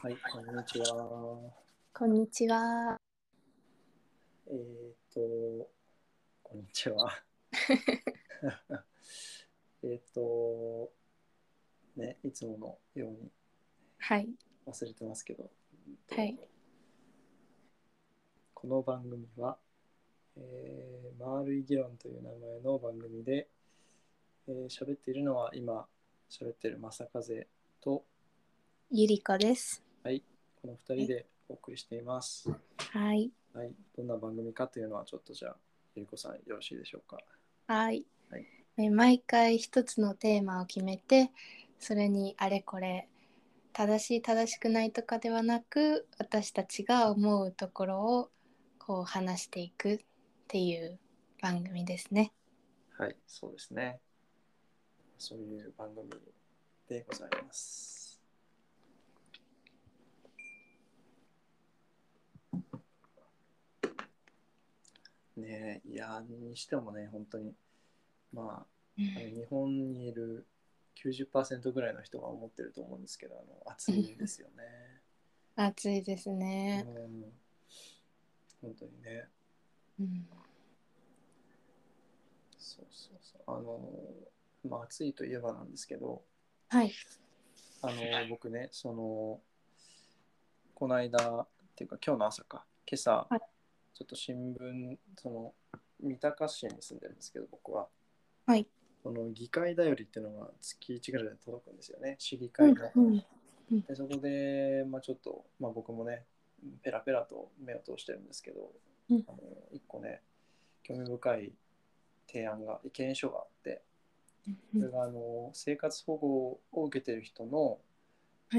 はい、こんにちは。 こんにちは。 こんにちは。えっと、いつものようにはい。 忘れてますけど、 はい。 この番組は、丸い議論という名前の番組で、喋っているのは今喋っている正風と、 ゆりかです。 はい、この2人でお送りしています。 はい。 はい、どんな番組かというのはちょっとじゃあ、ゆりこさんよろしいでしょうか。 はい。 はい。 毎回一つのテーマを決めて、それにあれこれ正しい正しくないとかではなく、私たちが思うところをこう話していくっていう番組ですね。 はい、そうですね。そういう番組でございます。ねえ、いや、にしてもね、本当に、ま日本にいる90%ぐらいの人が思ってると思うんですけど、暑いんですよね。 暑いですうね。 ん、本当にね。 うん、 そうそうそう。暑いといえばなんですけど、 はい。 僕ね、この間、っていうか今日の朝か、今朝、 はい。 ちょっと新聞、三鷹市に住んでるんですけど、僕は。 はい。 その議会だよりっていうのが月1ぐらいで届くんですよね、市議うん。 会の。 うん。うん。 でそこで、ちょっと、僕もね、ペラペラと目を通してるんですけど、 うん。 一個ね、興味深い提案が、意見書があって、 うん。 それが生活保護を受けてる人の、 はい。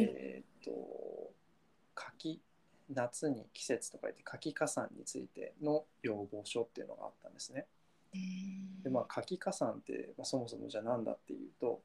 夏夏に季節とか言って夏季加算についての要望書っていうのがあったんですね。で、夏季加算って、そもそもじゃあなんだっていうと、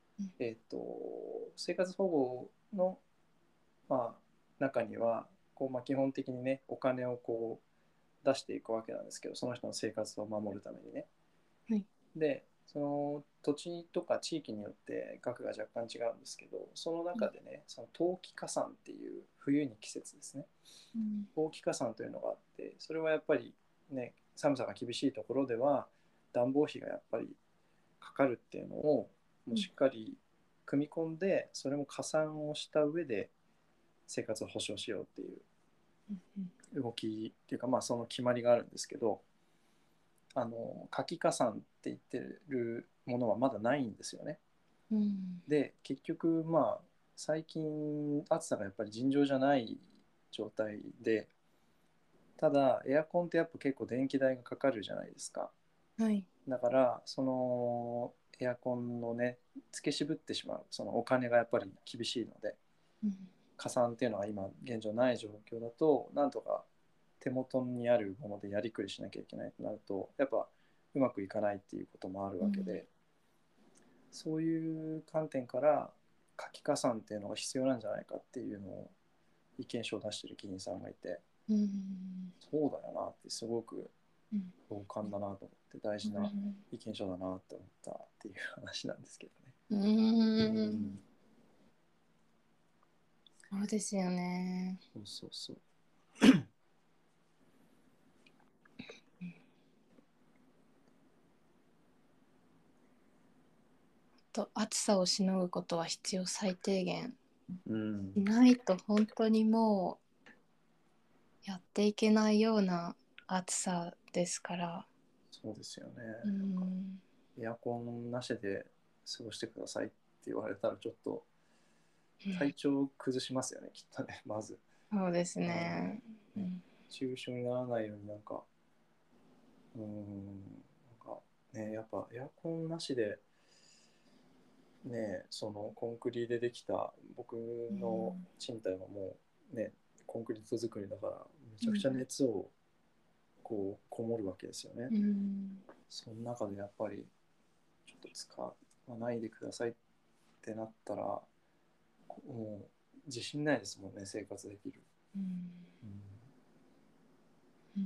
生活保護の、中には基本的にねお金を出していくわけなんですけど、その人の生活を守るためにね。 はい。 でその土地とか地域によって額が若干違うんですけど、その中でね、その冬季加算っていう冬に季節ですね、 うん。 冬季加算というのがあって、それはやっぱりね、寒さが厳しいところでは暖房費がやっぱりかかるっていうのをもうしっかり組み込んで、それも加算をした上で生活を保障しようっていう動きっていうか、その決まりがあるんですけど、夏季加算って言ってるものはまだないんですよね。 うん。 で結局最近暑さがやっぱり尋常じゃない状態で、ただエアコンってやっぱ結構電気代がかかるじゃないですか。 はい。 だからそのエアコンのね、つけ渋ってしまうそのお金がやっぱり厳しいので、 うん。 加算っていうのは今現状ない状況だと、なんとか手元にあるものでやりくりしなきゃいけないとなると、やっぱうまくいかないっていうこともあるわけで、そういう観点から夏季加算っていうのが必要なんじゃないかっていうのを意見書を出してる議員さんがいて、 うん。 そうだよなってすごくうん。 同感だなと思って、大事な意見書だなって思ったっていう話なんですけどね。 ううーん、 ん、 そうですよね。 そうそうそう。 と暑さをしのぐことは必要最低限うん、 しないと本当にもうやっていけないような暑さですから。 そうですよね。 うん、 エアコンなしで過ごしてくださいって言われたらちょっと体調崩しますよね、きっとね、まず。 そうですうん、 ね。うん、 中傷にならないようにやっぱエアコンなしでね、そのコンクリでできた僕の賃貸はもうね、コンクリート作りだからめちゃくちゃ熱をこもるわけですよね。 うん、 その中でやっぱりちょっと使わないでくださいってなったら、もう自信ないですもんね、生活できる。 うん、 うん、 うん、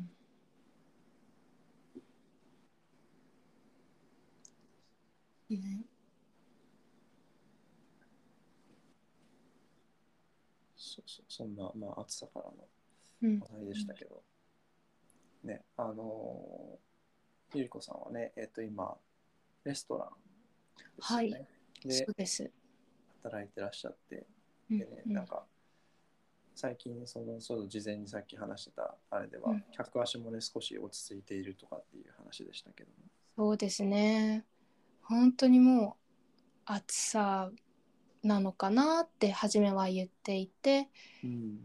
ね、 そんな、まあ、暑さからのうん話題でしたけど、ね、ゆりこさんはね、今、レストランですはい、 よね。で、 そうです。 働いてらっしゃって、 うんでね、 うんなんか、最近、そう事前にさっき話してたあれでは、 うん、 客足もね、少し落ち着いているとかっていう話でしたけども。 そうですね。本当にもう暑さなのかなって初めは言っていて、 うん。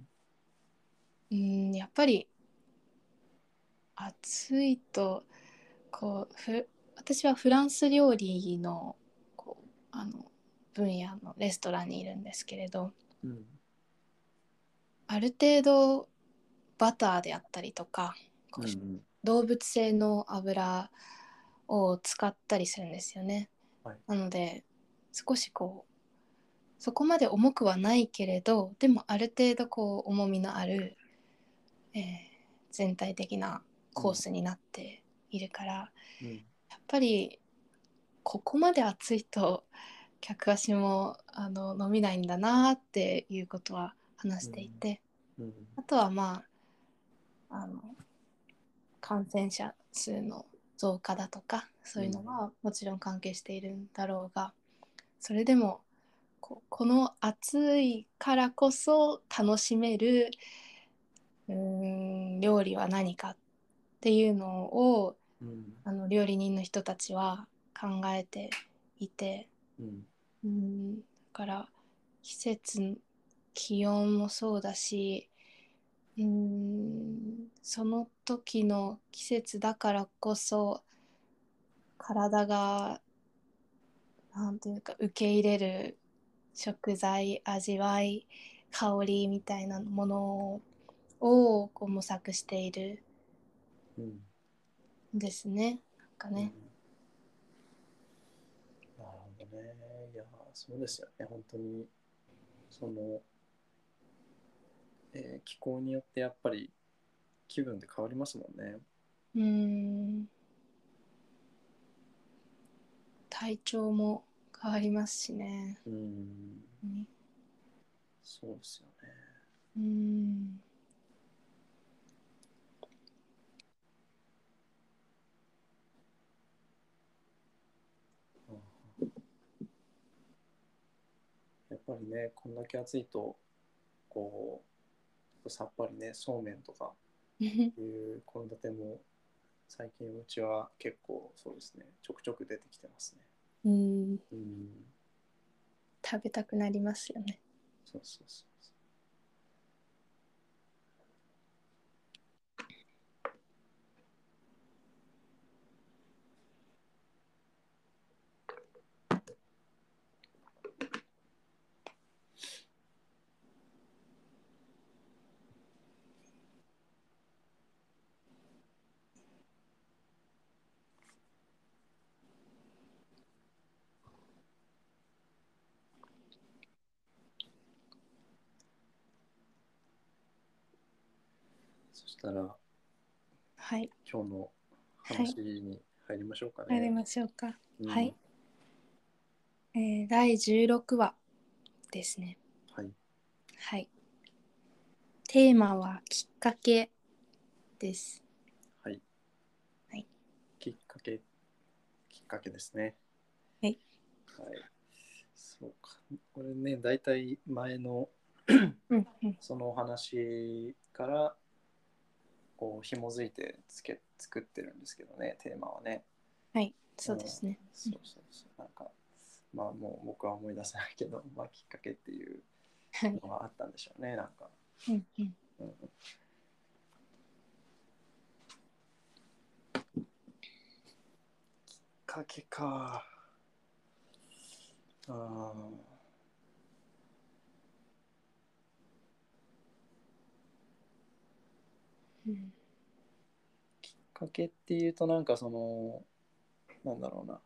やっぱり暑いとこう私はフランス料理のこう分野のレストランにいるんですけれど、 うん。 ある程度バターであったりとかこううん。 動物性の油を使ったりするんですよね。 はい。 なので少しこうそこまで重くはないけれど、でもある程度こう重みのある、えー全体的なコーうん。 スになっているから、やうん。 っぱりここまで暑いと客足も伸びないんだなっていうことは話していうん。 て、 うん。 あとはまあ感染者数の増加だとかそういうのはもちろん関係しているんだろうが、それでもこの暑いからこそ楽しめる料理は何かっていうのをうん。 料理人の人たちは考えていて、 うん。 だから季節気温もそうだし、その時の季節だからこそ体がなんていうか受け入れる食材味わい香りみたいなものをこう模索しているうん。 んですね。なんかうん。 ね。 なるほどね。いや、そうですよね。本当に、その、気候によってやっぱり気分で変わりますもんね。 うーん体調も変わりますしね。 うん。そうですよね。 うーんうん、やっぱりね、こんだけ暑いと、こう、さっぱりね、そうめんとかいう献立も最近うちは結構そうですね、ちょくちょく出てきてますね。 うん、 うん。 食べたくなりますよね。 そうそうそうそそしたら、 はい。 今日のはい。 話に入りましょうかね。 入りましょうか。 うん。 はい。第16話ですね。 はい。 はい。テーマはきっかけです。 はい。 はい。 きっかけですね。 はい。 はい。そうか。これね、大体前のうんうん。 そのお話からこう紐づいて作ってるんですけどね、テーマはね。 はい。 うん。 そうですね。うん、 そうそうそう。なんか、まあもう僕は思い出せないけど、まあきっかけっていうはい。 のがあったんでしょうね、なんか。 うんうん。 うん、きっかけか。あー、 うん。 きっかけっていうとなんかなんだろうな。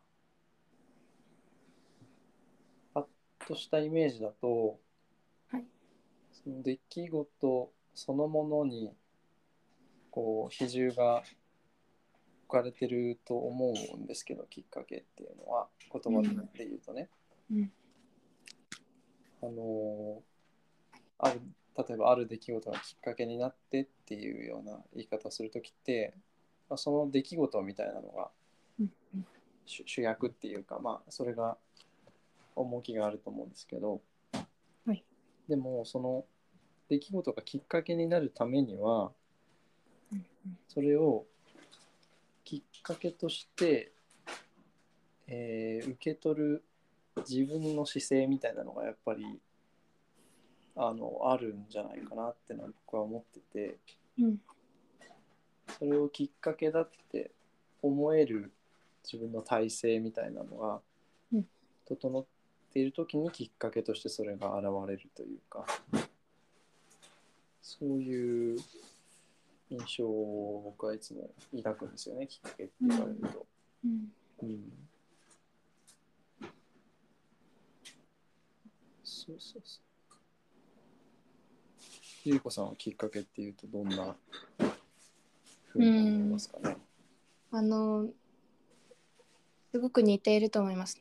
パッとしたイメージだと、 はい。 その出来事そのものにこう比重が置かれてると思うんですけど、きっかけっていうのは言葉うんで言うとね、 うんあのある例えばある出来事がきっかけになってっていうような言い方をするときって、その出来事みたいなのが主役っていうか、それが重きがあると思うんですけど、 はい。 でもその出来事がきっかけになるためには、それをきっかけとして、受け取る自分の姿勢みたいなのがやっぱりあるんじゃないかなってのは僕は思ってて、それをきっかけだって思える自分の体制みたいなのが整っている時にきっかけとしてそれが現れるというか、そういう印象を僕はいつも抱くんですよね、きっかけって言われると。そうそうそう。ゆりこさんはきっかけっていうとどんなふうに思いますかね。 すごく似ていると思います。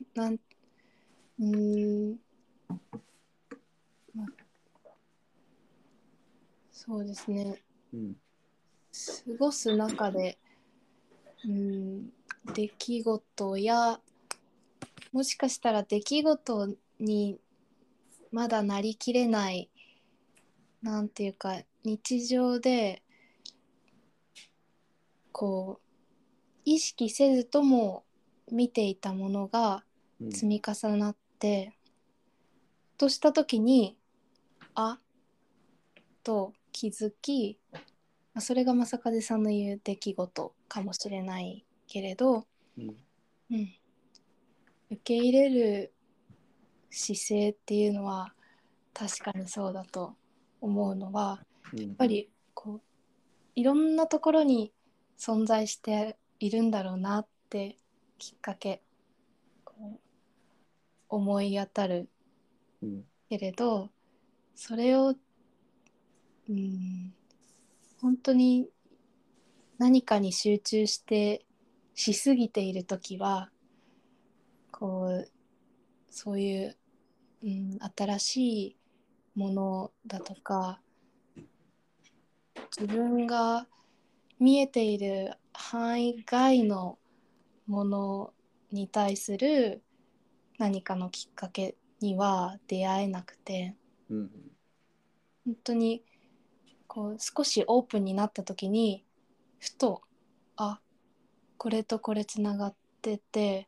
そうですね。過ごす中で、出来事や、もしかしたら出来事にまだなりきれない、なんていうか、日常でこう意識せずとも見ていたものが積み重なって、とした時にあと気づき、それが正風さんの言う出来事かもしれないけれど、受け入れる姿勢っていうのは確かにそうだと思うのは、やっぱりこういろんなところに存在しているんだろうなってきっかけこう思い当たるけれど、それを本当に何かに集中しすぎている時はそういう、新しいものだとか自分が見えている範囲外のものに対する何かのきっかけには出会えなくて、本当に少しオープンになった時にふとこれとこれつながってて、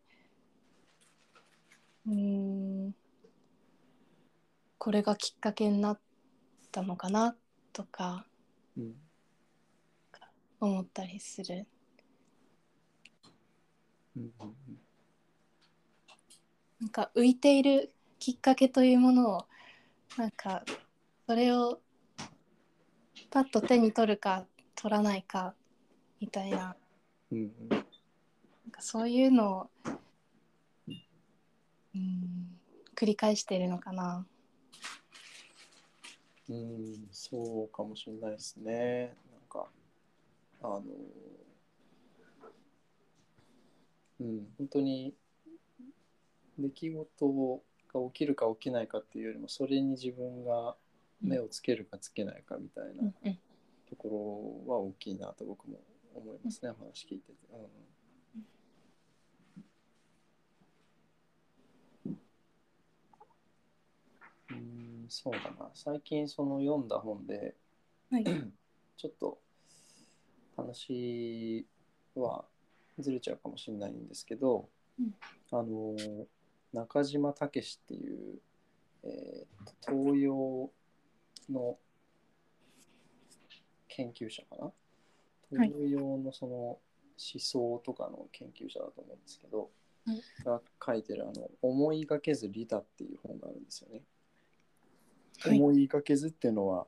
これがきっかけになったのかなとか思ったりする。なんか浮いているきっかけというものをそれをパッと手に取るか取らないかみたいな、そういうのを、繰り返しているのかな。 そうかもしれないですね。本当に出来事が起きるか起きないかっていうよりも、それに自分が目をつけるかつけないかみたいなところは大きいなと僕も思いますね、話聞いてて。そうだな、最近読んだ本で、ちょっと話はずれちゃうかもしれないんですけど、中島武史っていう、東洋の研究者かな、東洋のその思想とかの研究者だと思うんですけど、が書いてる思いがけず利他っていう本があるんですよね。思いがけずっていうのは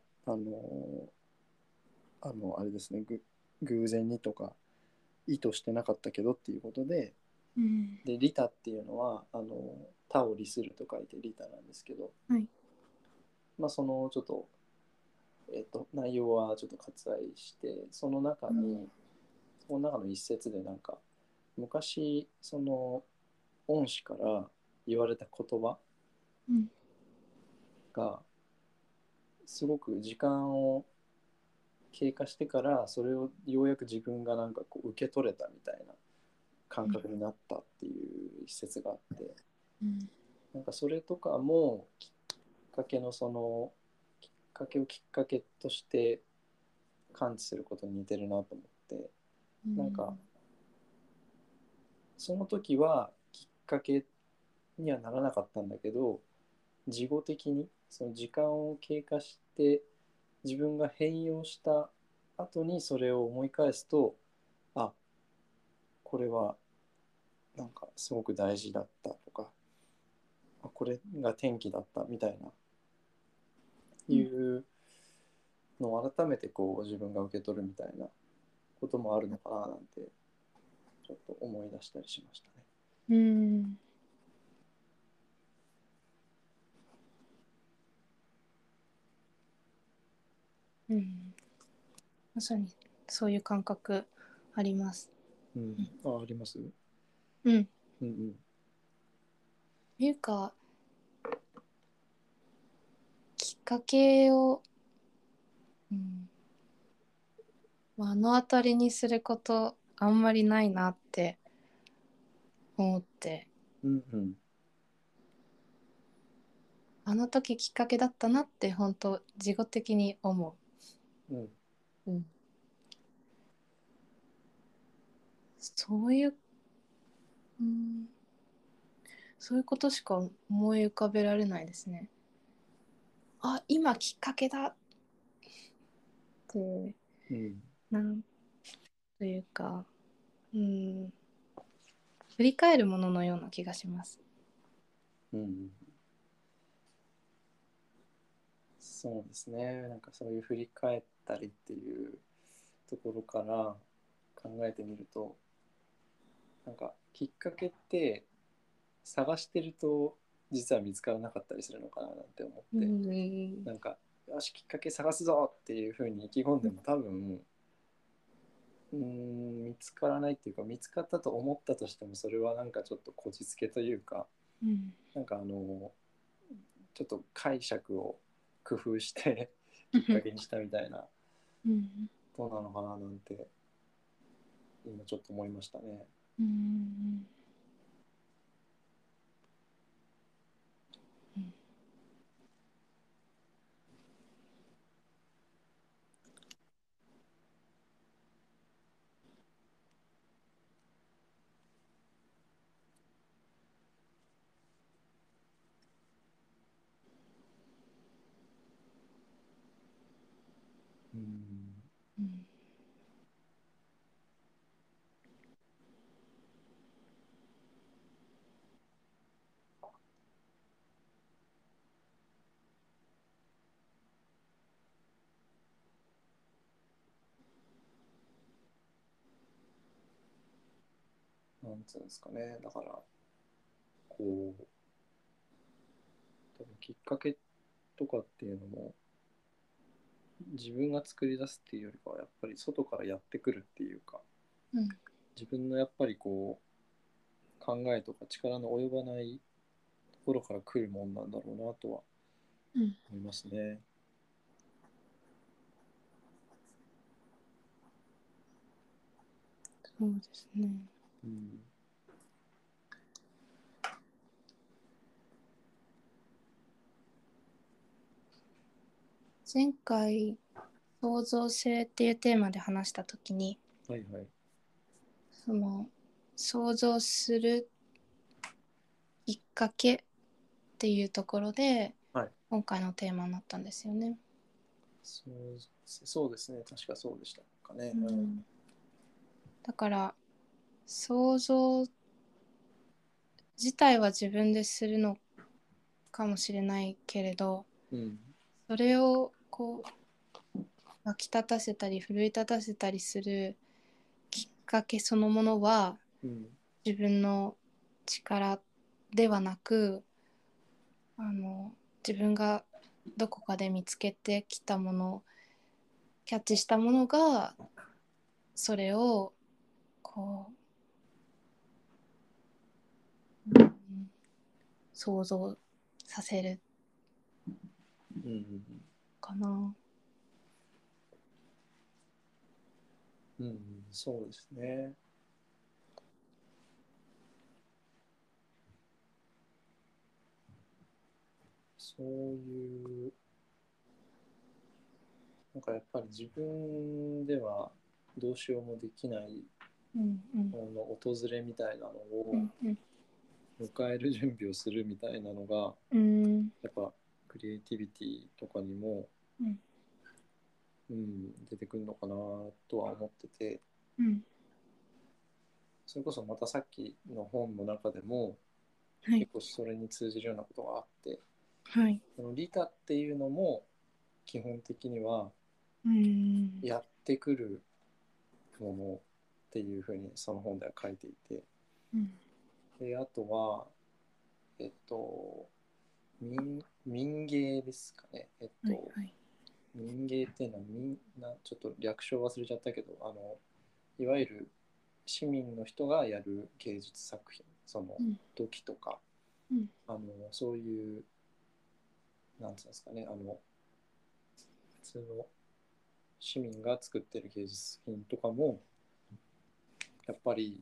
あれですね、偶然にとか意図してなかったけどっていうことで、で利他っていうのは他を利すると書いて利他なんですけど、そのちょっと、内容はちょっと割愛して、その中の一節で昔その恩師から言われた言葉が、 すごく時間を経過してからそれをようやく自分がなんかこう受け取れたみたいな感覚になったっていう施設があって、なんかそれとかもきっかけのそのきっかけをきっかけとして感知することに似てるなと思って、なんかその時はきっかけにはならなかったんだけど、事後的にその時間を経過して自分が変容した後にそれを思い返すと、あ、これはなんかすごく大事だったとか、あ、これが転機だったみたいないうのを改めてこう自分が受け取るみたいなこともあるのかななんてちょっと思い出したりしましたね。 うん、うん、まさにそういう感覚あります。 うん、あります。 うん。 うんうん。 いうかきっかけを、目の当たりにすることあんまりないなって思って、 うんうん。 あの時きっかけだったなって本当事後的に思うんう。うん、そういう、うん、そういうことしか思い浮かべられないですね。あ、今きっかけだって、 うん。 なんというか、うん、振り返るもののような気がします。 うん。そうですね。なんかそういう振り返ったりっていうところから考えてみると、なんかきっかけって探してると実は見つからなかったりするのかななんて思うって、 ん、 なんかよしきっかけ探すぞっていうふうに意気込んでも多分見つからないっていうか、見つかったと思ったとしてもそれはなんかちょっとこじつけというか、 うん、 なんかちょっと解釈を工夫してきっかけにしたみたいなうん、 どうなのかななんて今ちょっと思いましたね。 うん、 うん。 うん、 なんつうんですかね。だからこう多分きっかけとかっていうのも自分が作り出すっていうよりかはやっぱり外からやってくるっていうか、 うん、 自分のやっぱりこう考えとか力の及ばないところから来るもんなんだろうなとはうん、 思いますね。 そうですね。 うん。 前回創造性っていうテーマで話した時に、 はいはい。 その想像するきっかけっていうところではい。 今回のテーマになったんですよね。 そうですね。確かそうでしたかね。うん。 うん、だから想像自体は自分でするのかもしれないけれど、 うん。 それをこう湧き立たせたり奮い立たせたりするきっかけそのものはうん。 自分の力ではなく、自分がどこかで見つけてきたもの、キャッチしたものがそれをこう、想像させるうん。 かな。 うん、そうですね。そういう、なんかやっぱり自分ではどうしようもできないうんうんもの訪れみたいなのをうんうん迎える準備をするみたいなのが、 うんやっぱクリエイティビティとかにも、 うんうん、出てくるのかなとは思ってて、 うんそれこそまたさっきの本の中でもはい結構それに通じるようなことがあって、 はいその利他っていうのも基本的にはうんやってくるものっていうふうにその本では書いていて、 うんであとは民芸ですかね。 はいはい民芸っていうのはちょっと略称忘れちゃったけど、いわゆる市民の人がやる芸術作品、そのうん土器とか、 うんそういう、なんていうんですかね、普通の市民が作ってる芸術品とかも、やっぱり、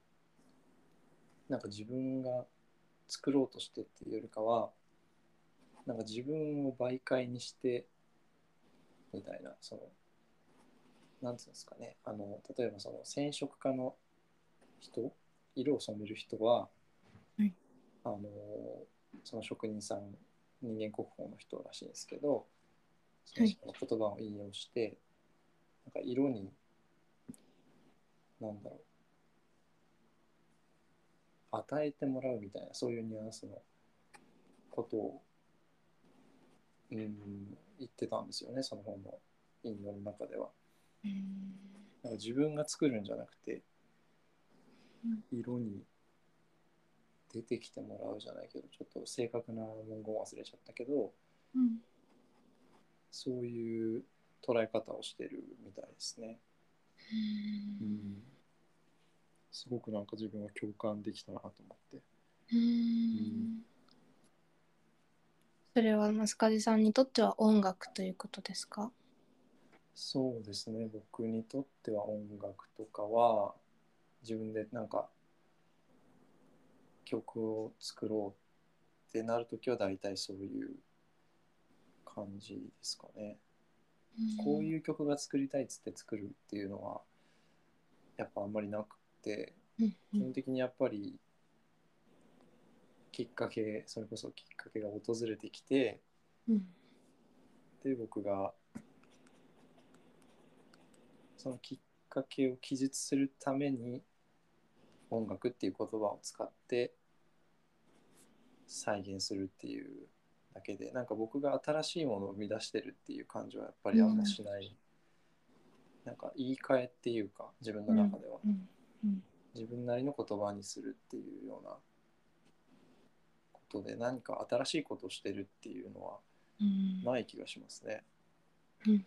なんか自分が作ろうとしてっていうよりかは、なんか自分を媒介にしてみたいな、なんていうんですかね、例えばその染色家の人、色を染める人は、 はいあのその職人さん、人間国宝の人らしいんですけど、そはいの人の言葉を引用して、なんか色に、なんだろう、与えてもらうみたいな、そういうニュアンスのことを、言ってたんですよね、その本の引用の中では。なんか自分が作るんじゃなくて、色に出てきてもらうじゃないけど、ちょっと正確な文言忘れちゃったけど、 うんそういう捉え方をしてるみたいですね。うん、すごくなんか自分は共感できたなと思って。うん、 それはマスカジさんにとっては音楽ということですか？ そうですね、僕にとっては音楽とかは、自分でなんか曲を作ろうってなるときは大体そういう感じですかね。こういう曲が作りたいっつって作るっていうのはやっぱあんまりなくて、 うんうん基本的にやっぱりきっかけ、それこそきっかけが訪れてきて、 うんで僕がそのきっかけを記述するために音楽っていう言葉を使って再現するっていうだけで、なんか僕が新しいものを生み出してるっていう感じはやっぱりあんましない、なんか言い換えっていうか、自分のうん中ではうんうん自分なりの言葉にするっていうようなことで、何か新しいことをしてるっていうのはうんない気がしますね。 うん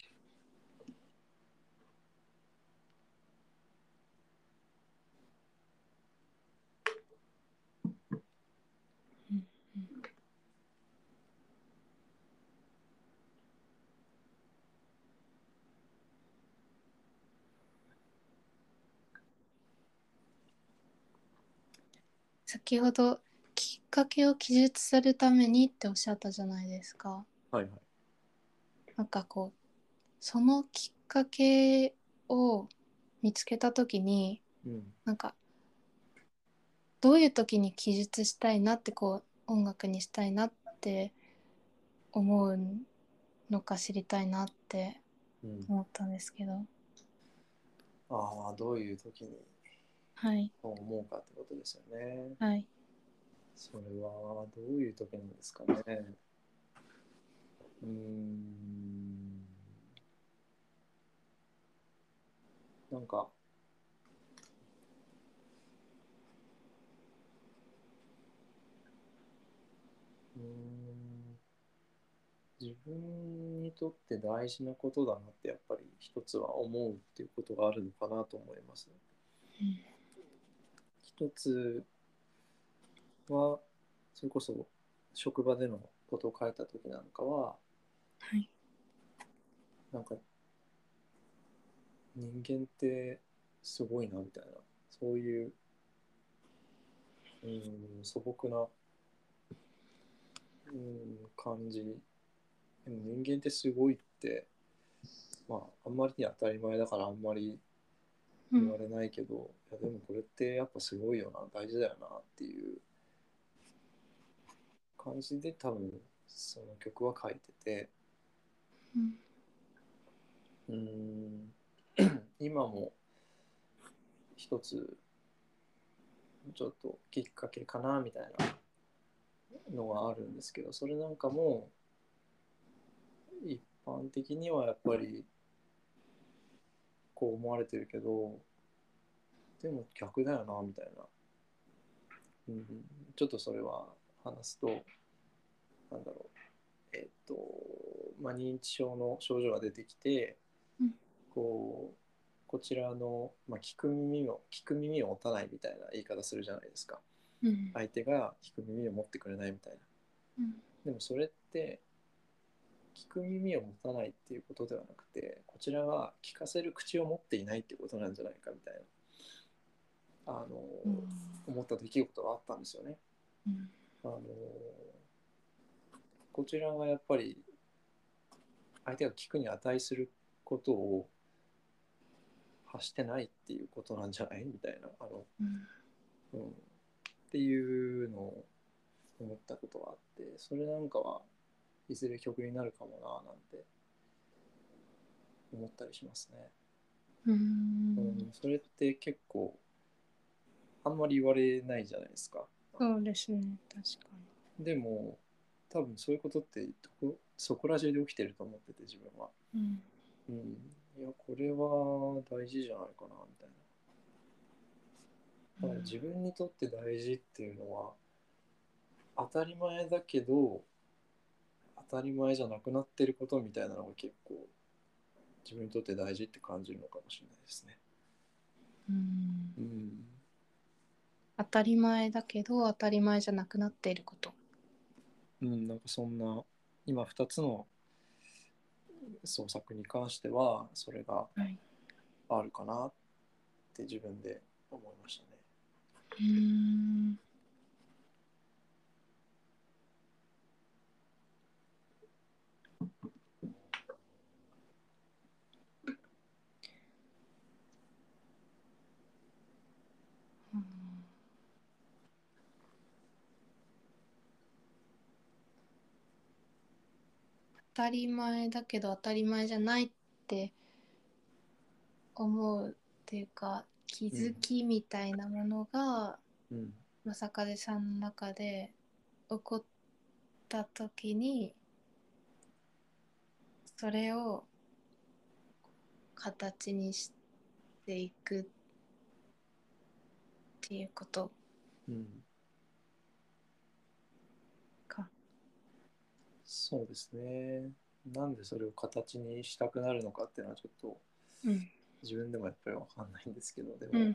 うん先ほどきっかけを記述するためにっておっしゃったじゃないですか。 はいはい。 なんかこうそのきっかけを見つけた時にうん。 なんかどういう時に記述したいなってこう音楽にしたいなって思うのか知りたいなってうん、 思ったんですけど。 ああ、どういう時にはい思うかってことですよね。 はいそれはどういう時なんですかね。うーん。なんか、うーん、自分にとって大事なことだなってやっぱり一つは思うっていうことがあるのかなと思います。一つは、それこそ職場でのことを書いた時なんかは、 はいなんか人間ってすごいなみたいな、そういう、素朴な、感じ。でも人間ってすごいって、まあ、あんまりに当たり前だからあんまり言われないけど、いやでもこれってやっぱすごいよな、大事だよなっていう感じで多分その曲は書いてて、うーん今も一つちょっときっかけかなみたいなのがあるんですけど、それなんかも一般的にはやっぱりこう思われてるけど、でも逆だよなみたいな、うん、ちょっとそれは話すと、なんだろう、まあ、認知症の症状が出てきて、こうこちらの、まあ、聞く耳を持たないみたいな言い方するじゃないですか。相手が聞く耳を持ってくれないみたいな。でもそれって聞く耳を持たないっていうことではなくて、こちらが聞かせる口を持っていないっていうことなんじゃないかみたいな、思った出来事があったんですよね。あのこちらがやっぱり相手が聞くに値することを発してないっていうことなんじゃないみたいな、っていうのを思ったことがあって、それなんかはいずれ曲になるかもななんて思ったりしますね。それって結構あんまり言われないじゃないですか。 そうですね、確かでも多分そういうことってそこら中で起きてると思ってて、自分は。 に。 いやこれは大事じゃないかなみたいな。だから自分にとって大事っていうのは当たり前だけど当たり前じゃなくなってることみたいなのが結構自分にとって大事って感じるのかもしれないですね。うん、 当たり前だけど当たり前じゃなくなっていること。 なんかそんな今2つの創作に関してはそれがはい。 あるかなって自分で思いましたね。 当たり前だけど当たり前じゃないって思うっていうか、気づきみたいなものが、正風さんの中で起こった時に、それを形にしていくっていうことか。 そうですね。なんでそれを形にしたくなるのかっていうのはちょっと自分でもやっぱり分かんないんですけど、でも、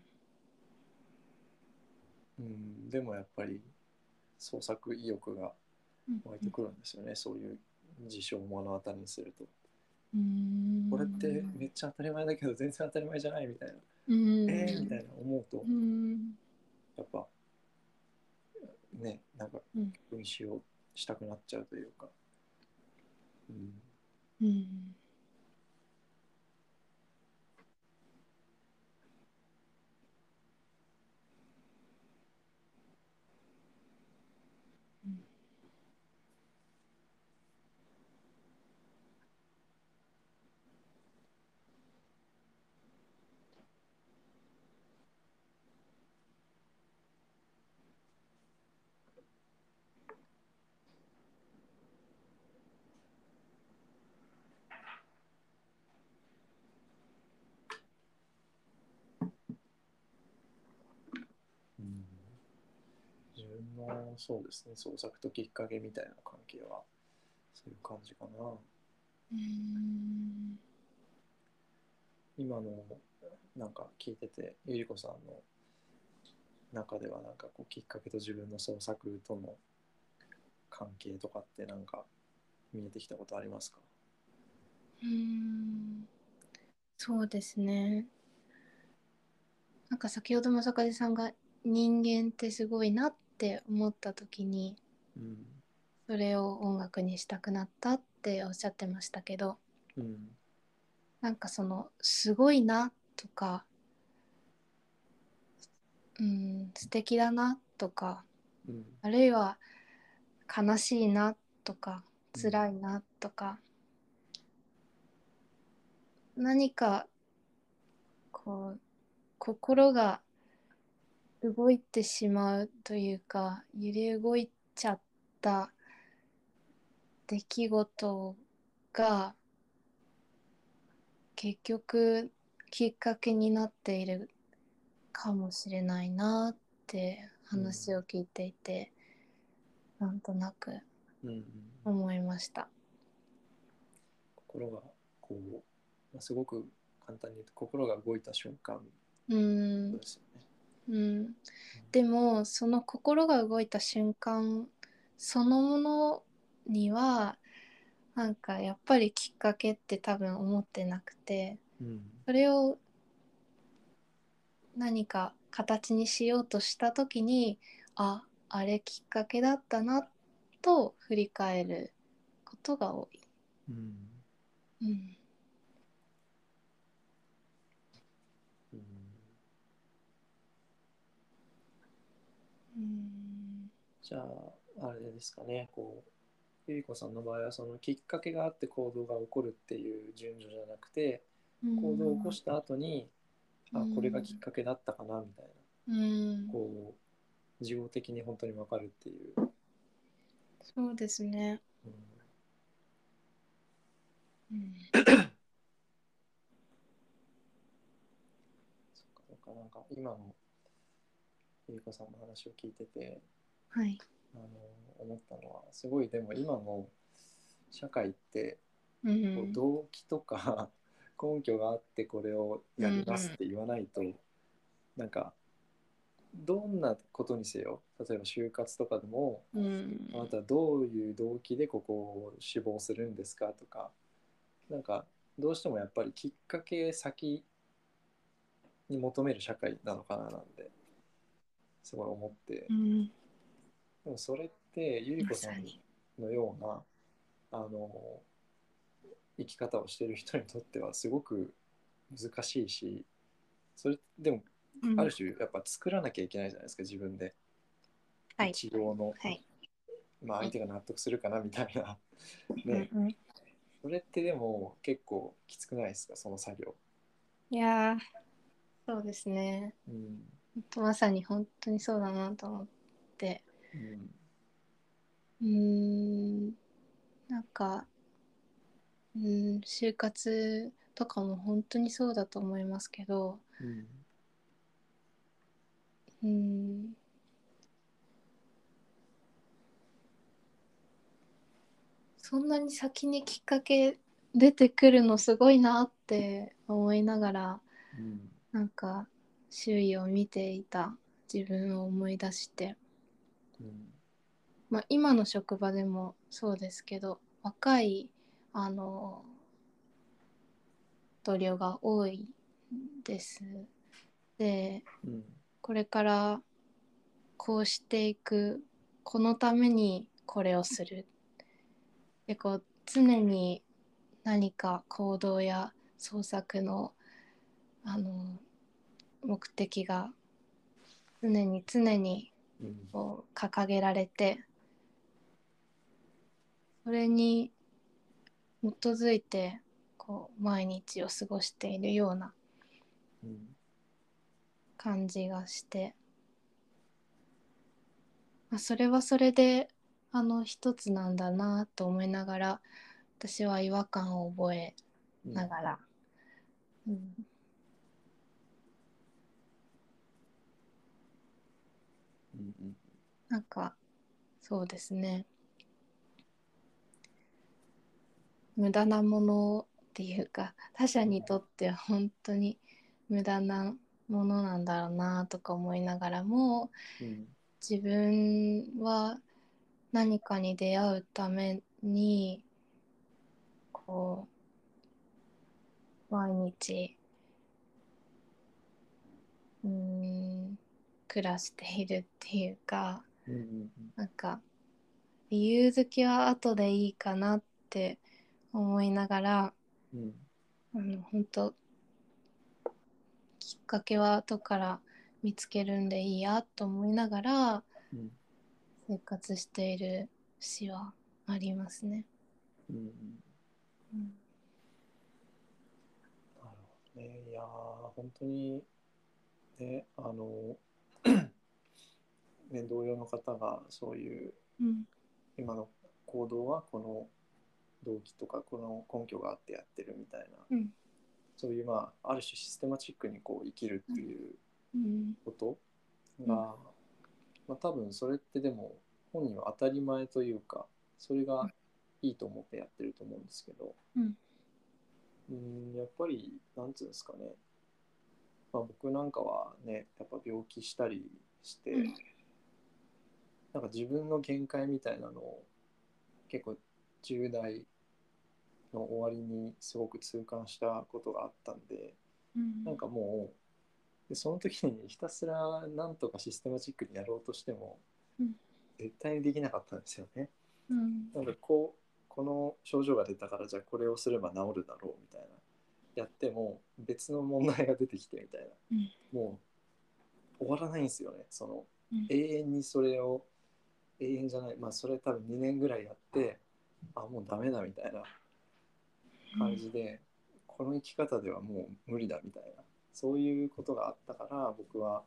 でもやっぱり創作意欲が湧いてくるんですよね、そういう事象を目の当たりにすると。これってめっちゃ当たり前だけど全然当たり前じゃないみたいな、みたいな思うと、やっぱね、なんか曲にしたくなっちゃうというか、自分のそうですね、創作ときっかけみたいな関係はそういう感じかな。今のなんか聞いてて、ゆりこさんの中ではなんかこうきっかけと自分の創作との関係とかってなんか見えてきたことありますか？ そうですね。なんか先ほど正和さんが人間ってすごいなって思った時に、 うん、 それを音楽にしたくなったっておっしゃってましたけど、 うん、 なんかそのすごいなとか、素敵だなとか、 うん、 あるいは悲しいなとかうん、 辛いなとか、何かこう心が動いてしまうというか、揺れ動いちゃった出来事が結局きっかけになっているかもしれないなってうん、 話を聞いていて、なんとなくうん、 思いました。 心がこう、まあ、すごく簡単に言うと心が動いた瞬間うーん、 ですよね。 うん、でもその心が動いた瞬間そのものにはなんかやっぱりきっかけって多分思ってなくて、 うん、 それを何か形にしようとした時に、あれきっかけだったなと振り返ることが多い。 うん、 うん、 うん。 うん、 じゃあ、あれですかね、こう、ゆりこさんの場合は、そのきっかけがあって行動が起こるっていう順序じゃなくて、 う行動を起こん、 した後に、 うあ、これがきっん、 かけだったかな、みたいな、 うん、 こう、自動的に本当にわかるっていう。 そうですね。 うん、 うん、 そっか、そっか、なんか今のゆりこさんの話を聞いてて、 はい。 あの、思ったのは、すごい、でも今の社会って、 うこうん、 動機とか根拠があってこれをやりますっうん、 て言わないと、なんかどんなことにせよ、例えば就活とかでも、 うん、 あなたはどういう動機でここを志望するんですかとか、なんかどうしてもやっぱりきっかけ先に求める社会なのかななんてすごい思って、 うん、 でもそれってゆりまこさんさに。 のようなあの生き方をしている人にとってはすごく難しいし、それでもうん、 ある種やっぱ作らなきゃいけないじゃないですか、自分ではい、 一応の、 はい。 まあ、相手が納得するかなみたいなうん、 ね。 うん。 それってでも結構きつくないですか、その作業。 いやー、そうですね。 うん、 まさに本当にそうだなと思って。 うん、 うーん、なんか、就活とかも本当にそうだと思いますけど、 うん、 うん、そんなに先にきっかけ出てくるのすごいなって思いながら、 うん、 なんか周囲を見ていた自分を思い出して、 うん、 まあ、今の職場でもそうですけど、若いあの同僚が多いです。で、 うん、 これからこうしていく、このためにこれをする。で、こう常に何か行動や創作のあの目的が常にうん、 こう掲げられて、それに基づいてこう毎日を過ごしているようなうん、 感じがして、まあ、それはそれで一つなんだなと思いながら、私は違和感を覚えうん、 ながら、うん、 うん、 なんかそうですね、無駄なものっていうか、他者にとっては本当に無駄なものなんだろうなとか思いながらも、 うん、 自分は何かに出会うためにこう毎日暮らしているっていうか、 うんうんなんか理由付けは後でいいかなって思いながら、 うん本当きっかけは後から見つけるんでいいやと思いながらうん生活している節はありますね。 うんうん。 うん、 なるほどね。いやー、本当にね、ね、同僚の方がそういううん今の行動はこの動機とかこの根拠があってやってるみたいな、 うんそういうある種システマチックにこう生きるっていううんことうんが、多分それってでも本人は当たり前というか、それがいいと思ってやってると思うんですけど、 うんやっぱりなんつうんですかね、僕なんかはね、やっぱ病気したりして、なんか自分の限界みたいなのを結構10代の終わりにすごく痛感したことがあったんで、なんかもう、でその時にひたすらなんとかシステマチックにやろうとしてもうん絶対にできなかったんですよね。 うんなんかこの症状が出たからじゃあこれをすれば治るだろうみたいなやっても別の問題が出てきてみたいな、 うんもう終わらないんですよね。 うん永遠にそれを永遠じゃない、それ多分2年ぐらいやってもうダメだみたいな感じで、この生き方ではもう無理だみたいな、そういうことがあったから僕は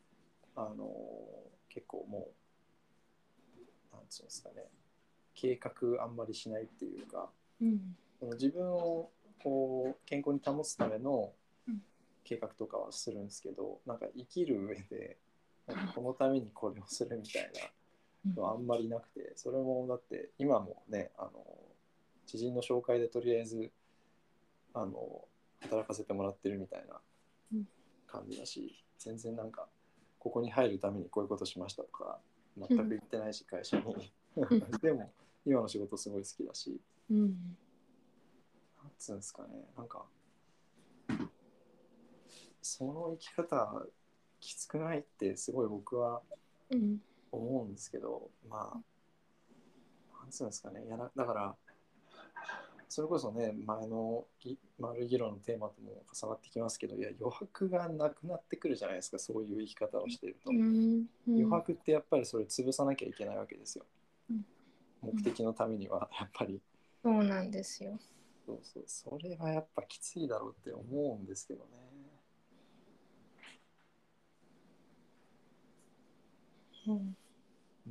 結構もうなんつうんですかね、計画あんまりしないっていうか、 うん自分をこう健康に保つためのうん計画とかはするんですけど、なんか生きる上でなんかこのためにこれをするみたいなのはあんまりなくて、それもだって今もね、知人の紹介でとりあえずあの働かせてもらってるみたいな感じだし、全然なんかここに入るためにこういうことしましたとか全く言ってないし会社にでも今の仕事すごい好きだし、 うんなんつうんですかね、なんかその生き方きつくないってすごい僕はうん思うんですけど、なんつうんですかね、だからそれこそね、前の丸い議論のテーマとも重なってきますけど、いや余白がなくなってくるじゃないですか、そういう生き方をしていると。 うん余白ってやっぱりそれ潰さなきゃいけないわけですよ、 うん目的のためにはやっぱり。 そうなんですよ。 そうそう、それはやっぱきついだろうって思うんですけどね。 うんうん、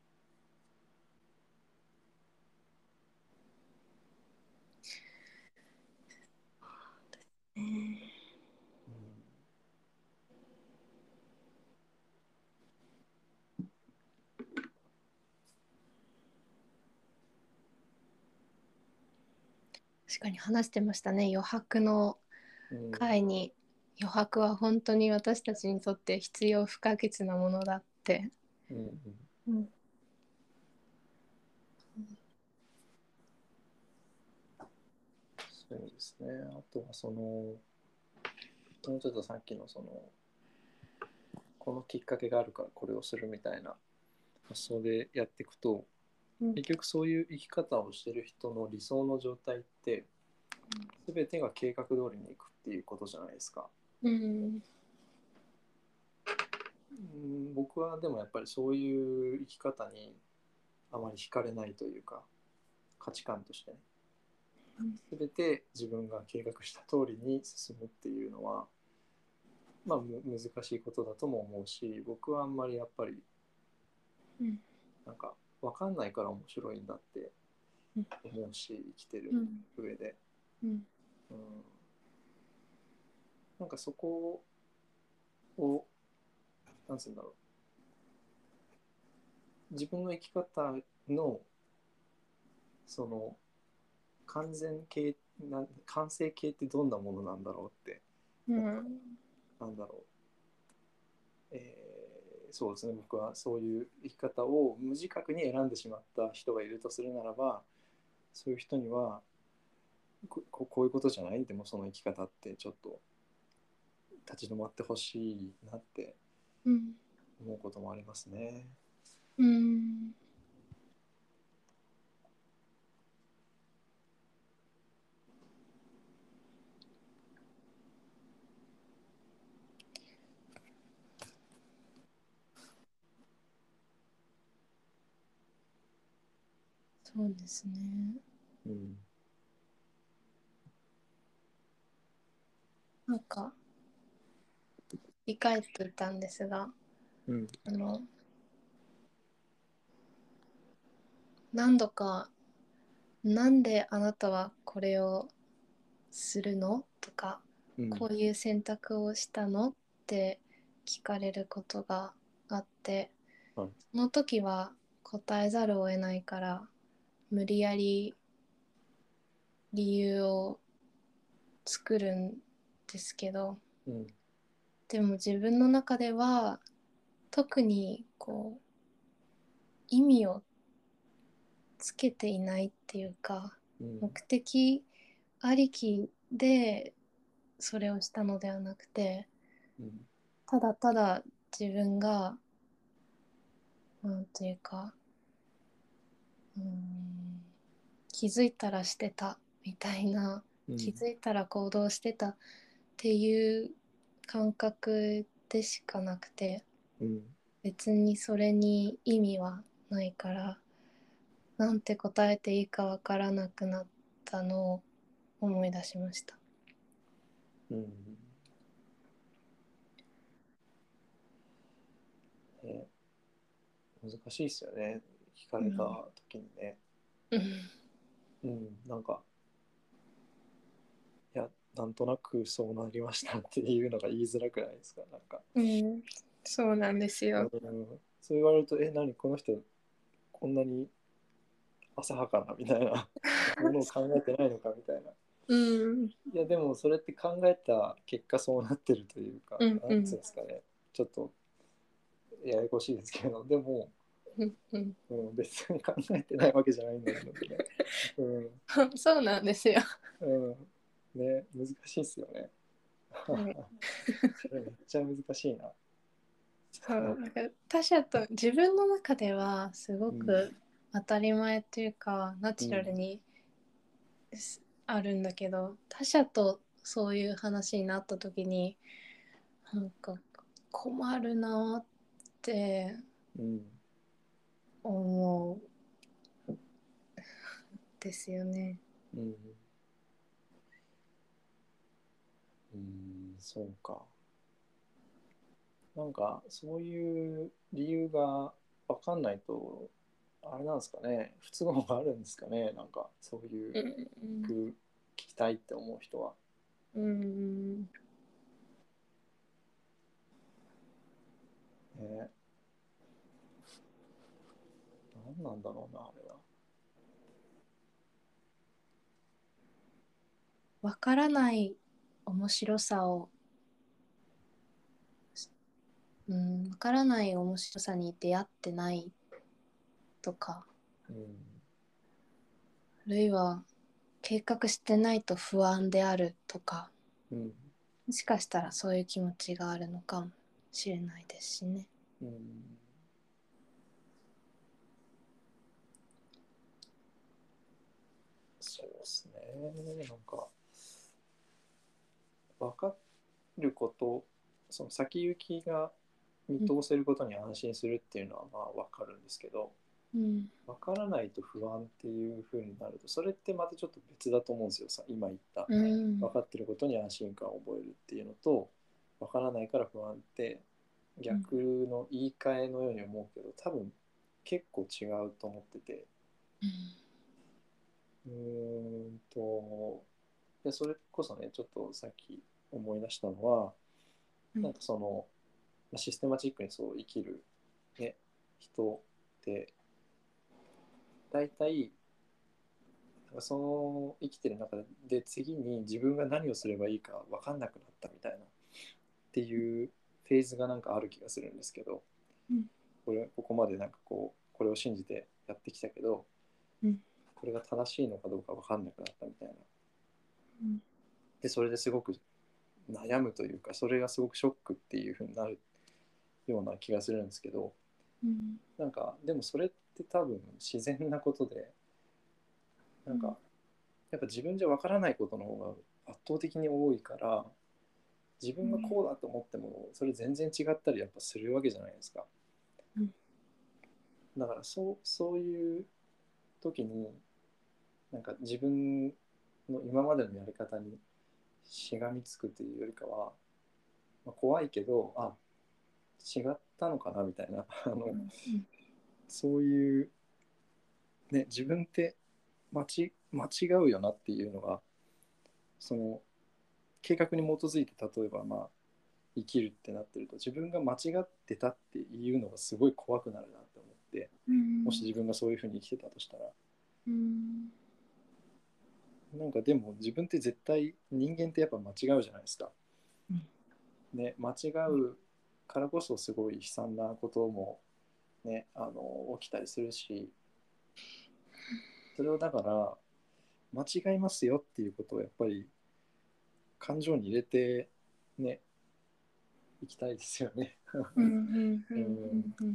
うん確かに話してましたね、余白のうん会に。余白は本当に私たちにとって必要不可欠なものだって。 うんうん、 うんそうですね。あとはもうちょっとさっきのこのきっかけがあるからこれをするみたいな発想でやっていくと、 うん結局そういう生き方をしてる人の理想の状態って全てが計画通りにいくっていうことじゃないですか。 うん僕はでもやっぱりそういう生き方にあまり惹かれないというか、価値観としてね、全て自分が計画した通りに進むっていうのは、難しいことだとも思うし、僕はあんまりやっぱりうんなんか分かんないから面白いんだって思うし、生きてるうん上で、 うんうん、なんかそこをなんつうんだろう、自分の生き方のその完全形完成形ってどんなものなんだろうって、 うんなんだろう、そうですね、僕はそういう生き方を無自覚に選んでしまった人がいるとするならば、そういう人にはこういうことじゃない？でもその生き方ってちょっと立ち止まってほしいなってうん思うこともありますね。 うんそうですね。 うん。 なんか振り返っていたんですが、 うん。 あの何度かなんであなたはこれをするのとか、 うん。 こういう選択をしたのって聞かれることがあって、 はい。 その時は答えざるを得ないから無理やり理由を作るんですけど、 うん。 でも自分の中では特にこう意味をつけていないっていうか、 うん。 目的ありきでそれをしたのではなくて、 うん。 ただただ自分がなんていうか、気づいたらしてたみたいな、 うん。 気づいたら行動してたっていう感覚でしかなくて、 うん。 別にそれに意味はないから、なんて答えていいかわからなくなったのを思い出しました。 うん。ね、難しいですよね。聞かれた時にね。 うん、 うん。なんか、いや、なんとなくそうなりましたっていうのが言いづらくないですか？なんか、 うん、そうなんですうん、 よ。 そう言われると、何この人、こんなに浅はかなみたいなものを考えてないのかみたいな。 うん、 いや、でもそれって考えた結果そうなってるというか、 うん、 なんつうんうん、 ですかね。ちょっとややこしいですけど、でも、 うん、うん。 うん、別に考えてないわけじゃないんだけどね。うん、 そうなんですよ。 うん。ね、難しいっすよね。 はい。 それめっちゃ難しいな。 そう、なんか他者と自分の中ではすごうん、 く当たり前っていうかナチュラうん、 ルにあるんだけど、他者とそういう話になった時になんか困るなってうん、 思うですよね。 うん、うん、そうか。なんか、そういう理由が分かんないと、あれなんですかね、不都合があるんですかね、なんか、そういううん聞きたいって思う人は。 うんね、何なんだろうな、あれは。 わからない面白さを、わからない面白さに出会ってないとか、 うん、 あるいは計画してないと不安であるとか、 うん、 もしかしたらそういう気持ちがあるのかもしれないですしね。 うん、そうですね、なんか、分かること、その先行きが見うん通せることに安心するっていうのはまあ分かるんですけど、 うん分からないと不安っていう風になると、それってまたちょっと別だと思うんですよ。今言ったうん分かってることに安心感を覚えるっていうのと、分からないから不安って逆の言い換えのように思うけど、多分結構違うと思ってて、うーんとでそれこそね、ちょっとさっき思い出したのは、 うんなんかそのシステマチックにそう生きる、ね、人って大体その生きてる中で次に自分が何をすればいいか分かんなくなったみたいなっていうフェーズがなんかある気がするんですけど、 うんここまでなんかこれを信じてやってきたけど、 うんこれが正しいのかどうか分かんなくなったみたいな。 うんでそれですごく悩むというか、それがすごくショックっていう風になるような気がするんですけど、 うんなんかでもそれって多分自然なことで、なんかやっぱ自分じゃわからないことの方が圧倒的に多いから、自分がこうだと思ってもそれ全然違ったりやっぱするわけじゃないですか。 うんだからそういう時になんか自分の今までのやり方にしがみつくというよりかは、まあ、怖いけど違ったのかなみたいなうんそういう、ね、自分って間違うよなっていうのが、その計画に基づいて例えば生きるってなってると、自分が間違ってたっていうのがすごい怖くなるなって思って、もし自分がそういうふうに生きてたとしたら、 うんなんかでも自分って絶対人間ってやっぱ間違うじゃないですか。ね、間違うからこそすごい悲惨なこともね、起きたりするし、それをだから間違いますよっていうことをやっぱり感情に入れてね、いきたいですよね。 うんうんううんん、 うん。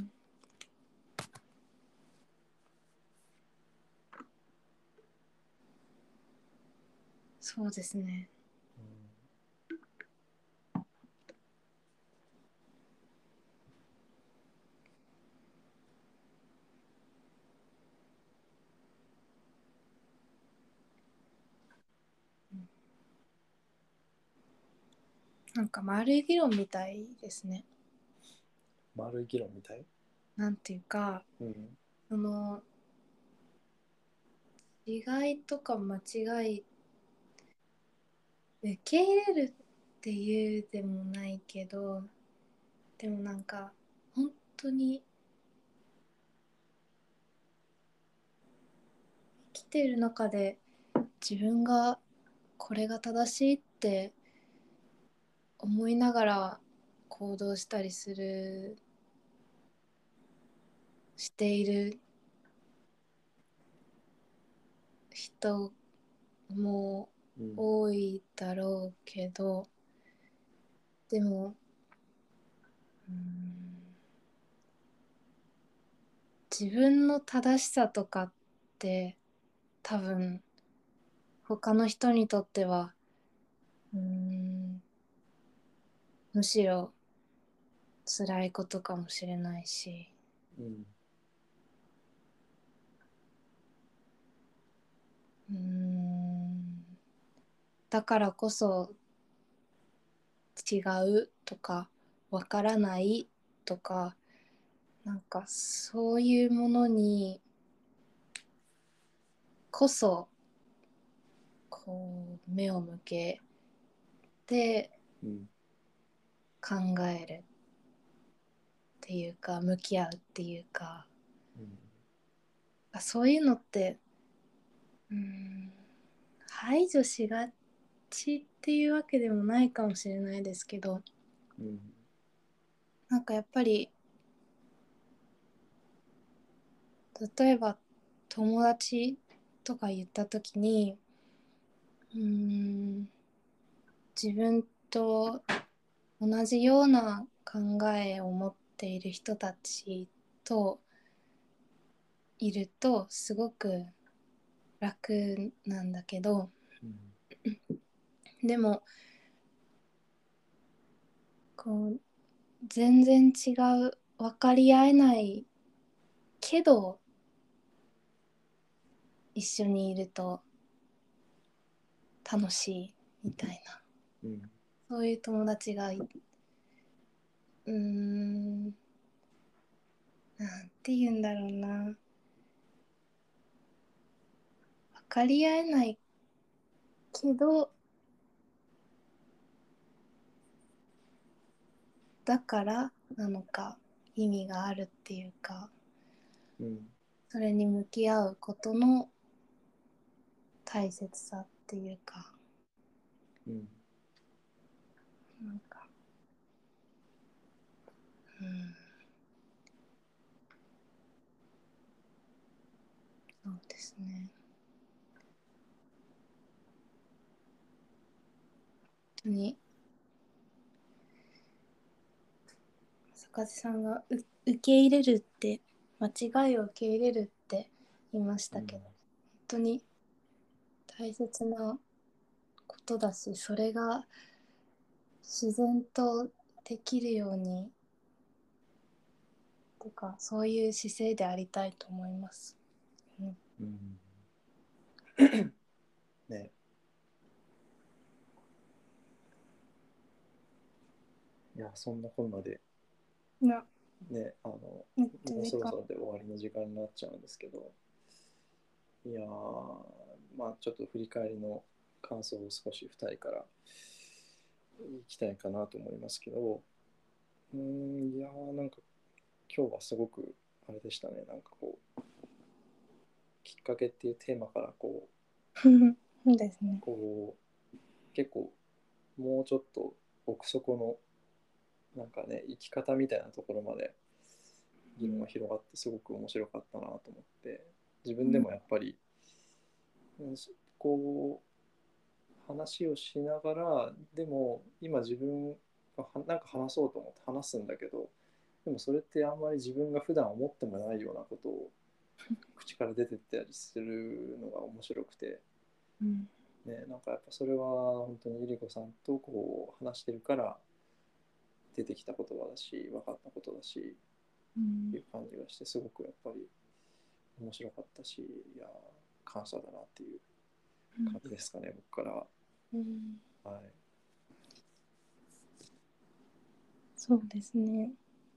そうですね。なんか丸い議論みたいですね。 丸い議論みたい。 なんていうか、 うん、 その違いとか間違い受け入れるっていうでもないけど、でもなんか本当に生きてる中で自分がこれが正しいって思いながら行動したりしている人もうん、 多いだろうけど、でも自分の正しさとかって多分他の人にとってはむしろ辛いことかもしれないし、 うん、 うーんだからこそ違うとかわからないとか、なんかそういうものにこそこう目を向けてうん、 考えるっていうか向き合うっていうか、 うん、 そういうのって排除しがちっていうわけでもないかもしれないですけど、 うん、 なんかやっぱり例えば友達とか言った時にうーん自分と同じような考えを持っている人たちといるとすごく楽なんだけど、 うん、 でもこう全然違う分かり合えないけど一緒にいると楽しいみたいな、 うん、 そういう友達がなんて言うんだろうな、分かり合えないけどだからなのか意味があるっていうか、 うん、 それに向き合うことの大切さっていうか、 うん、 なんかうんそうですね。 当に坂地さんが受け入れるって間違いを受け入れるって言いましたけど、本当に大切なことだし、それが自然とできるようにとか、そういう姿勢でありたいと思います。 ね。いや、そんなこんなで、 いや、 ね、 めっちゃもうそろ時間。 そろで終わりの時間になっちゃうんですけど、いやー、まあちょっと振り返りの感想を少し2人からいきたいかなと思いますけど、いやー、なんか今日はすごくあれでしたね、なんかこう、きっかけっていうテーマからそうですね。 結構もうちょっと奥底のなんかね、生き方みたいなところまで議論が広がってすごく面白かったなと思って、自分でもやっぱり、こ話をしながら、でも今自分がなんか話そうと思って話すんだけど、でもそれってあんまり自分が普段思ってもないようなことを口から出てったりするのが面白くて、ね、なんかやっぱそれは本当にゆり子さんと話してるから出てきた言葉だし、分かったことだし、っていう感じがして、すごくやっぱり面白かったし、いや、感謝だなっていう感じですかね、僕からは。はい。 そうですね。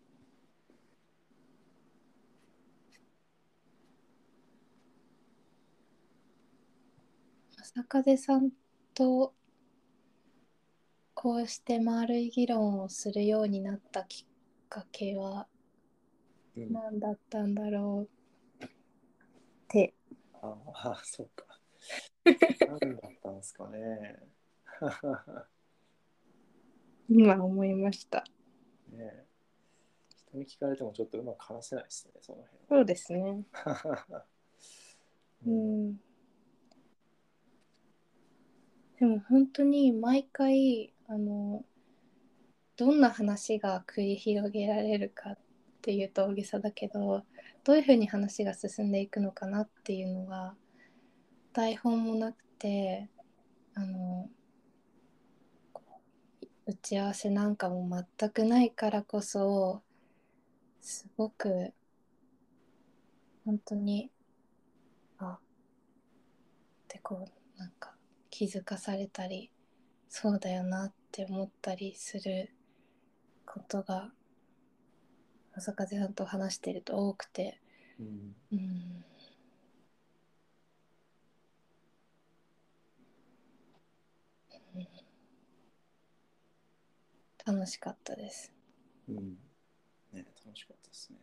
朝風さんとこうして丸い議論をするようになったきっかけは何だったんだろうって。 ああ、そうか。何だったんですかね。 今思いました。 ね、人に聞かれてもちょっとうまく話せないですね、そのそうですね。 辺は。 でも本当に毎回どんな話が繰り広げられるかっていうと大げさだけど、どういうふうに話が進んでいくのかなっていうのが台本もなくて、打ち合わせなんかも全くないからこそ、すごく本当にってなんか気づかされたり、そうだよなって思ったりすることが朝風さんと話してると多くて、楽しかったです。 ね、楽しかったですね。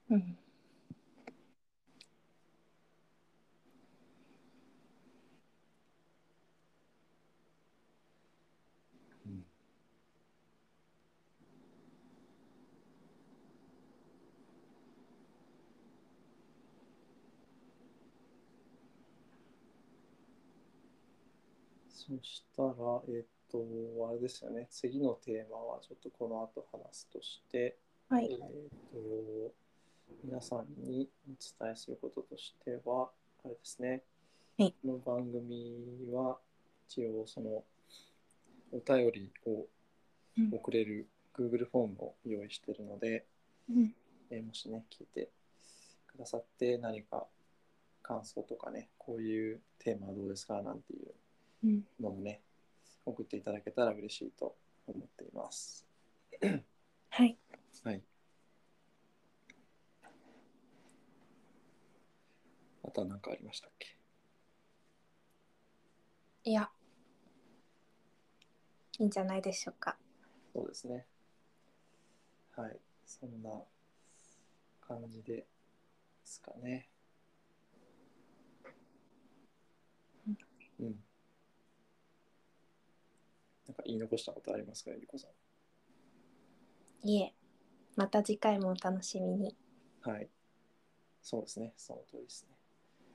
そしたら、あれですよね、次のテーマはちょっとこの後話すとして、 はい。 皆さんにお伝えすることとしては、あれですね、 はい。 この番組は一応そのお便りを送れる Google フォームを用意しているので、もしね、聞いてくださって何か感想とかね、こういうテーマはどうですかなんていうのもね、送っていただけたら嬉しいと思っています。 はい。 はい。あとは何かありましたっけ？ いや、いいんじゃないでしょうか。 そうですね。はい。そんな感じですかね。なんか言い残したことありますか、ゆりこさん。いえ、また次回もお楽しみに。 はい。そうですね。その通りですね。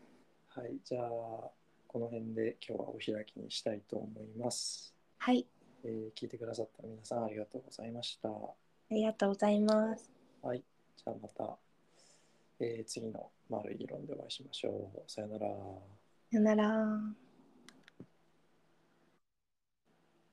はい。じゃあ、この辺で今日はお開きにしたいと思います。 はい。 聞いてくださった皆さんありがとうございました。 ありがとうございます。 はい。じゃあまた、次の丸い議論でお会いしましょう。さよなら。 さよなら。